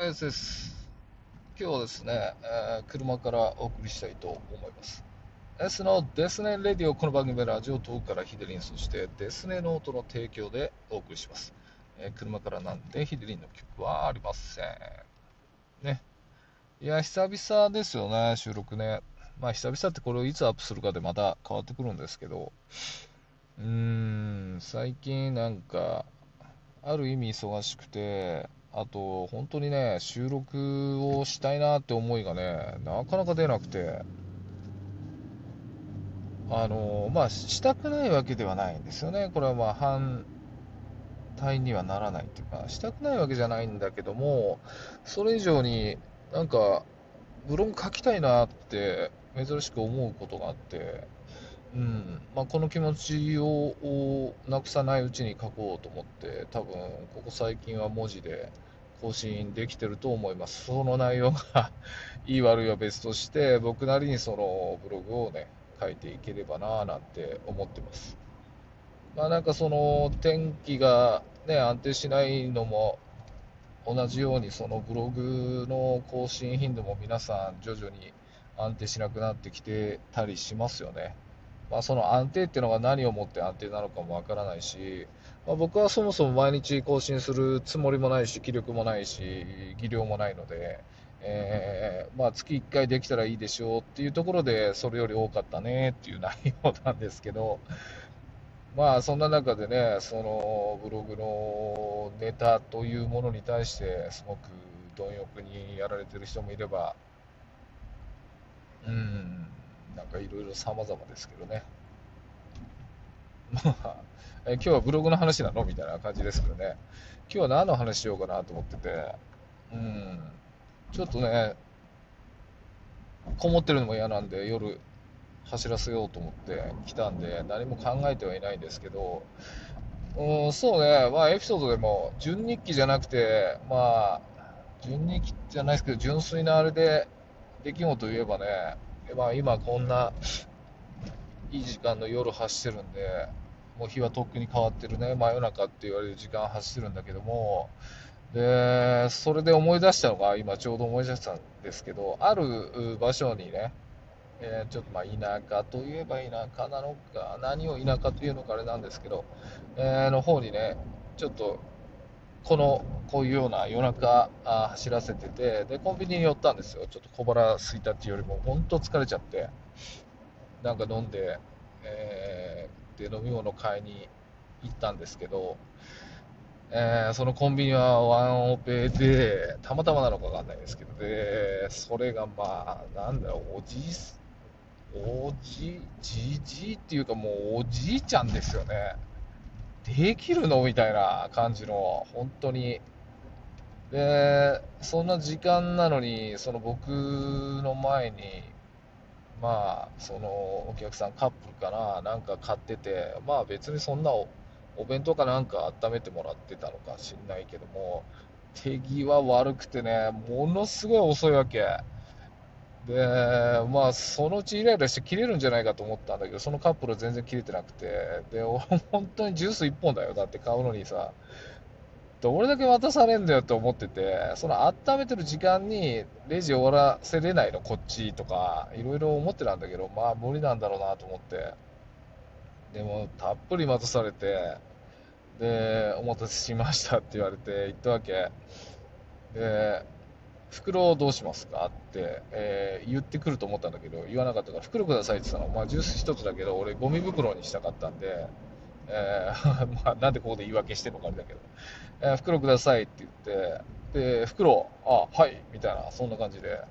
です。今日はですね、車からお送りしたいと思います。S のデスネレディオ、この番組はラジオトークからヒデリン、そしてデスネノートの提供でお送りします。車からなんでヒデリンの曲はありません。ね。いや、久々ですよね、収録ね。まあ、久々ってこれをいつアップするかでまた変わってくるんですけど、最近なんか、ある意味忙しくて、あと、本当にね、収録をしたいなって思いがね、なかなか出なくて、まあ、したくないわけではないんですよね。これはまあ、反対にはならないっていうか、したくないわけじゃないんだけども、それ以上になんか、ブログ書きたいなって珍しく思うことがあって、まあ、この気持ちをなくさないうちに書こうと思って、多分ここ最近は文字で更新できてると思います。その内容がいい悪いは別として、僕なりにそのブログをね、書いていければなぁなんて思ってます。まあなんかその天気がね、安定しないのも同じように、そのブログの更新頻度も皆さん徐々に安定しなくなってきてたりしますよね。まあ、その安定っていうのが何をもって安定なのかもわからないし、まあ、僕はそもそも毎日更新するつもりもないし、気力もないし、技量もないので、まあ、月1回できたらいいでしょうっていうところで、それより多かったねっていう内容なんですけど、まあ、そんな中でね、そのブログのネタというものに対して、すごく貪欲にやられてる人もいれば、うん、なんかいろいろ様々ですけどね。まあ、今日はブログの話なのみたいな感じですけどね。今日は何の話しようかなと思ってて、うん、ちょっとね、こもってるのも嫌なんで、夜走らせようと思って来たんで、何も考えてはいないんですけど、そうね、まあエピソードでも、純日記じゃなくて、まあ、純日記じゃないですけど、純粋なあれで、出来事を言えばね、まあ今こんないい時間の夜走ってるんで、もう日はとっくに変わってるね、真夜中って言われる時間走ってるんだけども、で、それで思い出したのが、今ちょうど思い出したんですけど、ある場所にね、ちょっとまあ田舎といえば田舎なのか、何を田舎というのかあれなんですけど、の方にね、ちょっとこういうような夜中走らせてて、で、コンビニに寄ったんですよ。ちょっと小腹空いたっていうよりも、本当疲れちゃって、なんか飲んで、で、飲み物買いに行ったんですけど、そのコンビニはワンオペで、たまたまなのかわかんないですけど、で、それがまあ、なんだろう、じじいっていうかもうおじいちゃんですよね。できるのみたいな感じの、本当に。で、そんな時間なのに、その僕の前に、まあ、そのお客さんカップルかな、なんか買ってて、まあ別にそんなお弁当かなんか温めてもらってたのか知んないけども、手際悪くてね、ものすごい遅いわけ。で、まあそのうちイライラして切れるんじゃないかと思ったんだけど、そのカップル全然切れてなくて、で、本当にジュース1本だよ。だって買うのにさ、どれだけ渡されんだよって思ってて、その温めてる時間にレジ終わらせれないの、こっちとか、いろいろ思ってたんだけど、まあ無理なんだろうなと思って。でも、たっぷり待たされて、で、お待たせしましたって言われて、行ったわけ。で、袋どうしますかって、言ってくると思ったんだけど、言わなかったから、袋くださいって言ったの。まあ、ジュース一つだけど、俺、ゴミ袋にしたかったんで、まあ、なんでここで言い訳してるのかあれだけど、袋くださいって言って、で、袋、はい、みたいな、そんな感じで。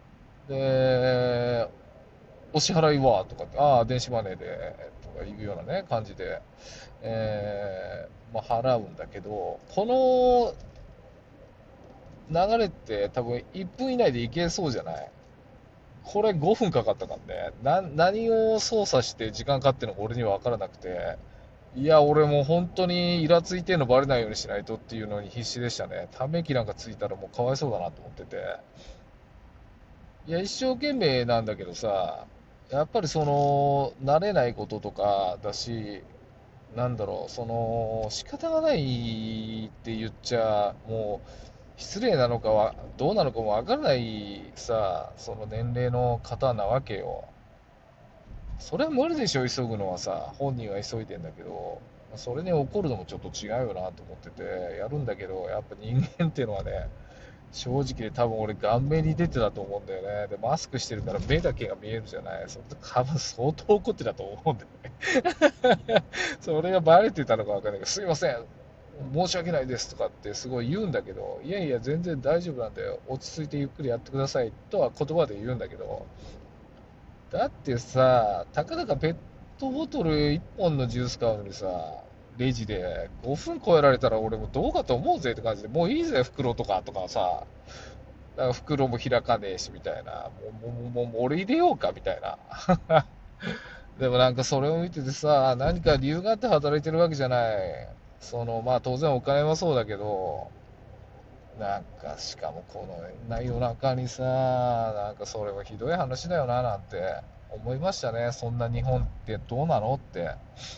で、お支払いはとかって、電子マネーで、とかいうようなね、感じで、まあ、払うんだけど、この流れって多分1分以内でいけそうじゃない？これ5分かかったからね。何を操作して時間かかってるのか俺には分からなくて、いや、俺もう本当にイラついてるのバレないようにしないとっていうのに必死でしたね。ため息なんかついたらもうかわいそうだなと思ってて。いや、一生懸命なんだけどさ、やっぱりその、慣れないこととかだし、なんだろう、その、仕方がないって言っちゃ、もう、 失礼なのかは、どうなのかもわからないさ、その年齢の方なわけよ。それは無理でしょ、急ぐのはさ。本人は急いでんだけど、それに怒るのもちょっと違うよなと思ってて、やるんだけど、やっぱ人間っていうのはね、正直で多分俺顔面に出てたと思うんだよね。で、マスクしてるから目だけが見えるじゃない。それ多分相当怒ってたと思うんだよね。それがバレてたのかわかんないけど、すいません、申し訳ないですとかってすごい言うんだけど、いやいや全然大丈夫なんで落ち着いてゆっくりやってくださいとは言葉で言うんだけど、だってさ、たかだかペットボトル1本のジュース買うのにさ、レジで5分超えられたら俺もどうかと思うぜって感じで、もういいぜ袋とかさ、だから袋も開かねえしみたいな、もう俺入れようかみたいな。でもなんかそれを見ててさ、何か理由があって働いてるわけじゃない。まあ当然お金はそうだけど、なんかしかもこの夜中にさ、なんかそれはひどい話だよななんて思いましたね。そんな日本ってどうなのって。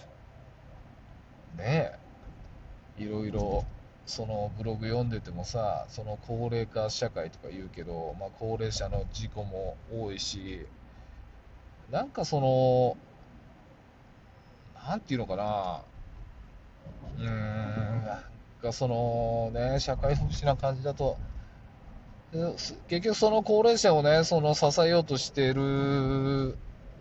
ねえ、いろいろそのブログ読んでてもさ、その高齢化社会とか言うけど、まあ、高齢者の事故も多いし、なんかなんていうのかな、なんか社会福祉な感じだと、結局その高齢者をね、支えようとしている、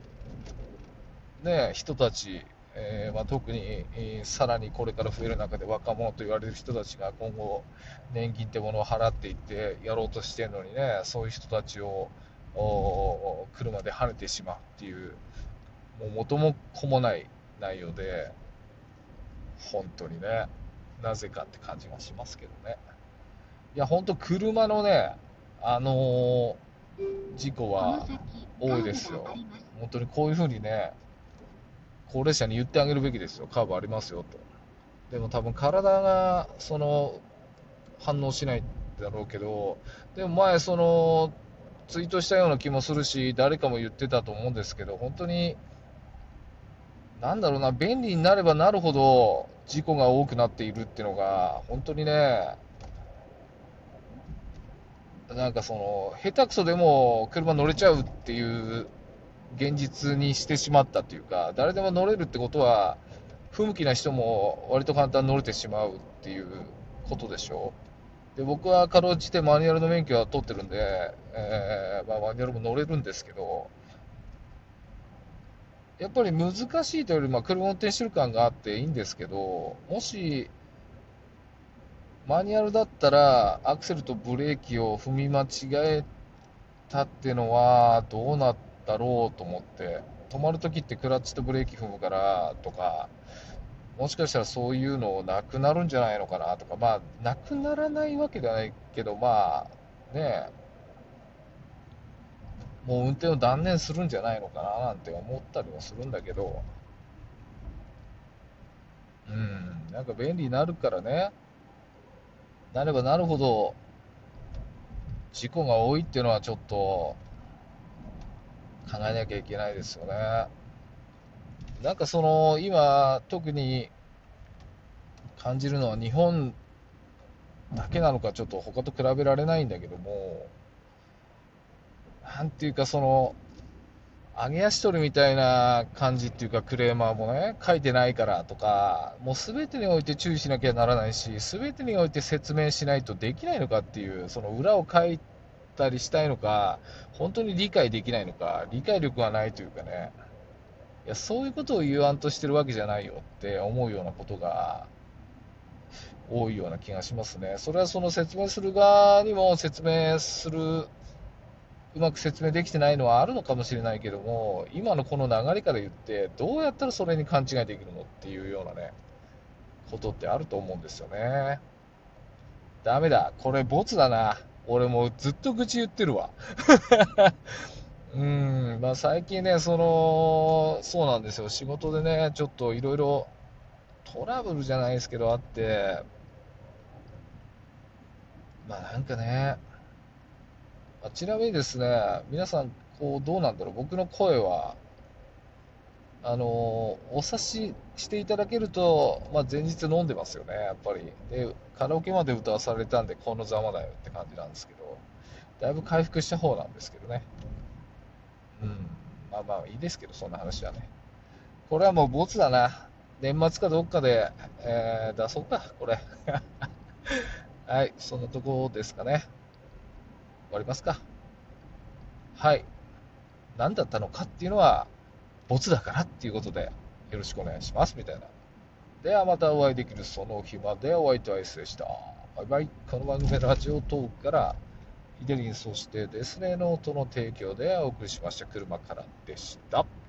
ね、人たち、まあ、特に、さらにこれから増える中で若者と言われる人たちが今後、年金ってものを払っていってやろうとしてるのにね、そういう人たちを車で跳ねてしまうっていう、もう元も子もない内容で、本当にね、なぜかって感じがしますけどね。いや、本当車のね、あのー事故は多いですよ。本当にこういうふうにね、高齢者に言ってあげるべきですよ。カーブありますよと。でも多分体が反応しないだろうけど、でも前ツイートしたような気もするし、誰かも言ってたと思うんですけど、本当になんだろうな、便利になればなるほど事故が多くなっているっていうのが、本当にね、なんか下手くそでも車乗れちゃうっていう現実にしてしまったというか、誰でも乗れるってことは、不向きな人も割と簡単に乗れてしまうっていうことでしょう。で、僕はかろうじてマニュアルの免許は取ってるんで、まあ、マニュアルも乗れるんですけど、やっぱり難しいというより、まあ、車運転してる感があっていいんですけど、もしマニュアルだったらアクセルとブレーキを踏み間違えたっていうのはどうなったろうと思って、止まるときってクラッチとブレーキ踏むからとか、もしかしたらそういうのなくなるんじゃないのかなとか、まあ、なくならないわけではないけど、まあ、ね、もう運転を断念するんじゃないのかななんて思ったりもするんだけど、なんか便利になるからね、なればなるほど事故が多いっていうのはちょっと考えなきゃいけないですよね。なんか今、特に感じるのは日本だけなのかちょっと他と比べられないんだけども、なんていうか揚げ足取りみたいな感じっていうか、クレーマーもね、書いてないからとか、もう全てにおいて注意しなきゃならないし、全てにおいて説明しないとできないのかっていう、その裏を書いたりしたいのか、本当に理解できないのか、理解力がないというかね、いや、そういうことを言わんとしてるわけじゃないよって思うようなことが多いような気がしますね。それはその説明する側にもうまく説明できてないのはあるのかもしれないけども、今のこの流れから言って、どうやったらそれに勘違いできるのっていうようなね、ことってあると思うんですよね。ダメだ、これボツだな。俺もうずっと愚痴言ってるわ。まあ最近ね、そうなんですよ。仕事でね、ちょっといろいろトラブルじゃないですけどあって、まあなんかね、ちなみにですね、皆さん、どうなんだろう、僕の声は、 お察ししていただけると、まあ、前日飲んでますよね、やっぱり。で、カラオケまで歌わされたんで、このざまだよって感じなんですけど、だいぶ回復した方なんですけどね。うん。まあまあいいですけど、そんな話はね。これはもうボツだな。年末かどっかで、出そうか、これ。はい、そんなとこですかね。終わりますか。はい。何だったのかっていうのは、ボツだからっていうことで、よろしくお願いします、みたいな。ではまたお会いできるその日までお相手は S でした。バイバイ。この番組はラジオトークから、ヒデリンそしてデスネノートの提供でお送りしました。車からでした。